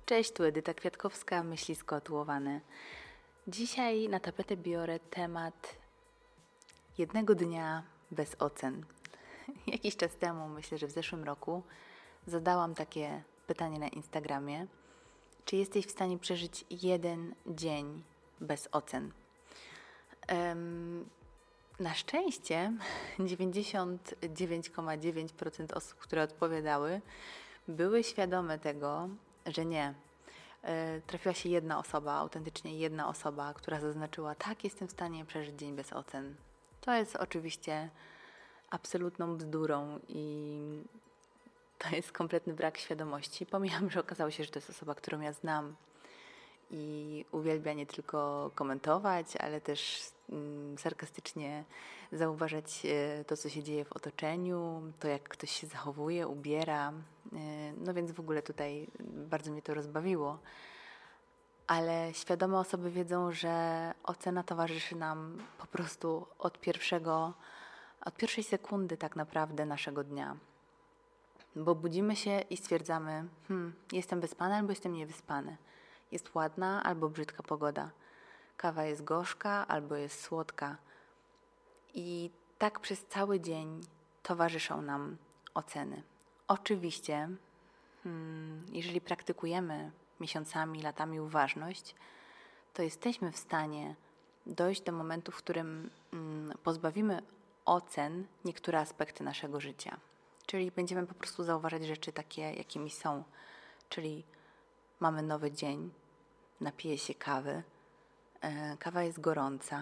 Cześć, tu Edyta Kwiatkowska, Myśli skotyłowane. Dzisiaj na tapetę biorę temat jednego dnia bez ocen. Jakiś czas temu, myślę, że w zeszłym roku, zadałam takie pytanie na Instagramie. Czy jesteś w stanie przeżyć jeden dzień bez ocen? Na szczęście 99,9% osób, które odpowiadały, były świadome tego, że nie. Trafiła się jedna osoba, autentycznie jedna osoba, która zaznaczyła: tak, jestem w stanie przeżyć dzień bez ocen. To jest oczywiście absolutną bzdurą i to jest kompletny brak świadomości. Pomijam, że okazało się, że to jest osoba, którą ja znam i uwielbia nie tylko komentować, ale też sarkastycznie zauważać to, co się dzieje w otoczeniu, to jak ktoś się zachowuje, ubiera. No więc w ogóle tutaj bardzo mnie to rozbawiło. Ale świadome osoby wiedzą, że ocena towarzyszy nam po prostu od pierwszej sekundy tak naprawdę naszego dnia. Bo budzimy się i stwierdzamy: jestem wyspany albo jestem niewyspany. Jest ładna albo brzydka pogoda. Kawa jest gorzka albo jest słodka. I tak przez cały dzień towarzyszą nam oceny. Oczywiście, jeżeli praktykujemy miesiącami, latami uważność, to jesteśmy w stanie dojść do momentu, w którym pozbawimy ocen niektóre aspekty naszego życia. Czyli będziemy po prostu zauważać rzeczy takie, jakimi są. Czyli mamy nowy dzień, napiję się kawy, kawa jest gorąca.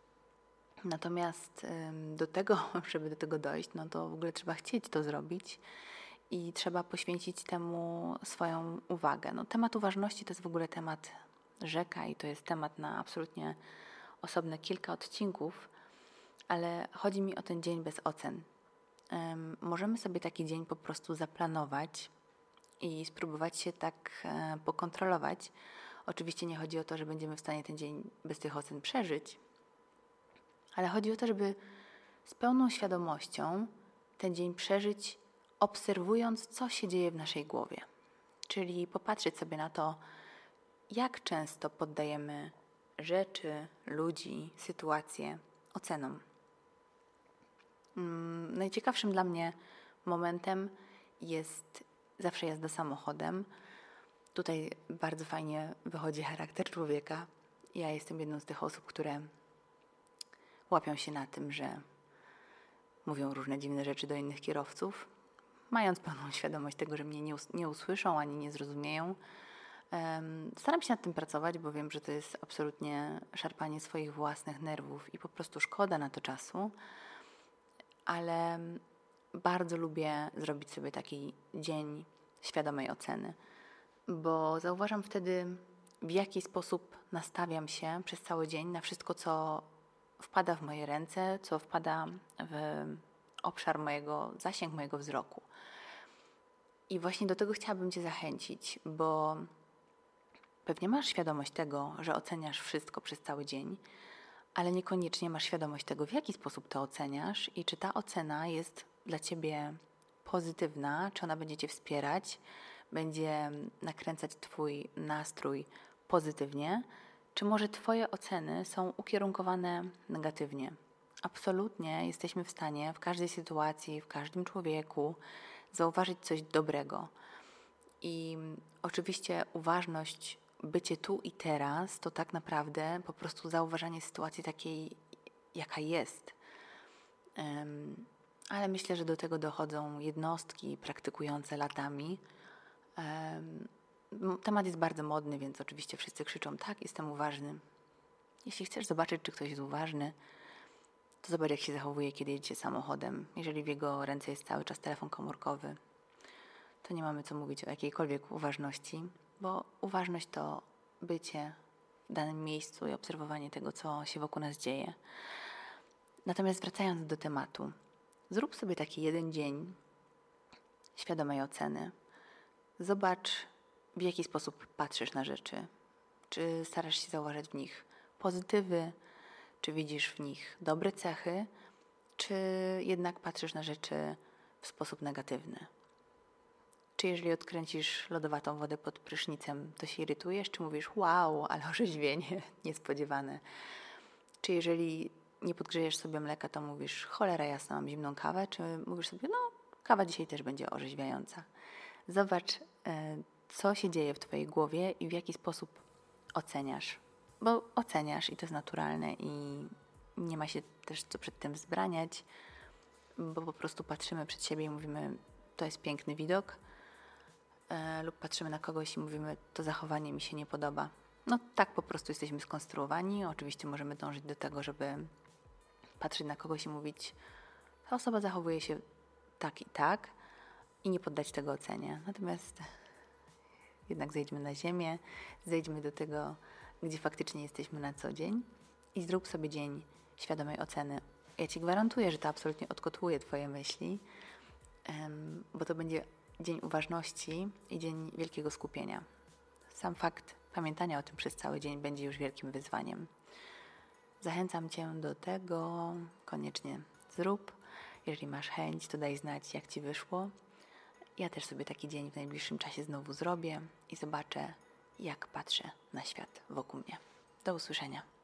Natomiast żeby do tego dojść, no to w ogóle trzeba chcieć to zrobić i trzeba poświęcić temu swoją uwagę. No, temat uważności to jest w ogóle temat rzeka i to jest temat na absolutnie osobne kilka odcinków, ale chodzi mi o ten dzień bez ocen. Możemy sobie taki dzień po prostu zaplanować i spróbować się tak pokontrolować. Oczywiście nie chodzi o to, że będziemy w stanie ten dzień bez tych ocen przeżyć, ale chodzi o to, żeby z pełną świadomością ten dzień przeżyć, obserwując, co się dzieje w naszej głowie. Czyli popatrzeć sobie na to, jak często poddajemy rzeczy, ludzi, sytuacje ocenom. Najciekawszym dla mnie momentem jest zawsze jazda samochodem. Tutaj bardzo fajnie wychodzi charakter człowieka. Ja jestem jedną z tych osób, które łapią się na tym, że mówią różne dziwne rzeczy do innych kierowców, mając pełną świadomość tego, że mnie nie usłyszą ani nie zrozumieją. Staram się nad tym pracować, bo wiem, że to jest absolutnie szarpanie swoich własnych nerwów i po prostu szkoda na to czasu, ale bardzo lubię zrobić sobie taki dzień świadomej oceny, bo zauważam wtedy, w jaki sposób nastawiam się przez cały dzień na wszystko, co wpada w moje ręce, co wpada w obszar zasięg mojego wzroku. I właśnie do tego chciałabym Cię zachęcić, bo pewnie masz świadomość tego, że oceniasz wszystko przez cały dzień, ale niekoniecznie masz świadomość tego, w jaki sposób to oceniasz i czy ta ocena jest dla Ciebie pozytywna, czy ona będzie Cię wspierać, będzie nakręcać Twój nastrój pozytywnie, czy może Twoje oceny są ukierunkowane negatywnie. Absolutnie jesteśmy w stanie w każdej sytuacji, w każdym człowieku zauważyć coś dobrego. I oczywiście uważność, bycie tu i teraz, to tak naprawdę po prostu zauważanie sytuacji takiej, jaka jest. Ale myślę, że do tego dochodzą jednostki praktykujące latami. Temat jest bardzo modny, więc oczywiście wszyscy krzyczą: tak, jestem uważny. Jeśli chcesz zobaczyć, czy ktoś jest uważny, to zobacz, jak się zachowuje, kiedy jedzie samochodem. Jeżeli w jego ręce jest cały czas telefon komórkowy, to nie mamy co mówić o jakiejkolwiek uważności, bo uważność to bycie w danym miejscu i obserwowanie tego, co się wokół nas dzieje. Natomiast wracając do tematu, zrób sobie taki jeden dzień świadomej oceny. Zobacz, w jaki sposób patrzysz na rzeczy. Czy starasz się zauważać w nich pozytywy, czy widzisz w nich dobre cechy, czy jednak patrzysz na rzeczy w sposób negatywny. Czy jeżeli odkręcisz lodowatą wodę pod prysznicem, to się irytujesz? Czy mówisz, wow, ale orzeźwienie, niespodziewane? Czy jeżeli nie podgrzejesz sobie mleka, to mówisz, cholera jasna, mam zimną kawę? Czy mówisz sobie, no, kawa dzisiaj też będzie orzeźwiająca? Zobacz, co się dzieje w Twojej głowie i w jaki sposób oceniasz. Bo oceniasz i to jest naturalne i nie ma się też co przed tym wzbraniać, bo po prostu patrzymy przed siebie i mówimy, to jest piękny widok, lub patrzymy na kogoś i mówimy, to zachowanie mi się nie podoba. No tak po prostu jesteśmy skonstruowani. Oczywiście możemy dążyć do tego, żeby patrzeć na kogoś i mówić, ta osoba zachowuje się tak i nie poddać tego ocenie. Natomiast jednak zejdźmy na ziemię, zejdźmy do tego, gdzie faktycznie jesteśmy na co dzień i zrób sobie dzień świadomej oceny. Ja Ci gwarantuję, że to absolutnie odkotłuje Twoje myśli, bo to będzie dzień uważności i dzień wielkiego skupienia. Sam fakt pamiętania o tym przez cały dzień będzie już wielkim wyzwaniem. Zachęcam Cię do tego, koniecznie zrób. Jeżeli masz chęć, to daj znać, jak Ci wyszło. Ja też sobie taki dzień w najbliższym czasie znowu zrobię i zobaczę, jak patrzę na świat wokół mnie. Do usłyszenia.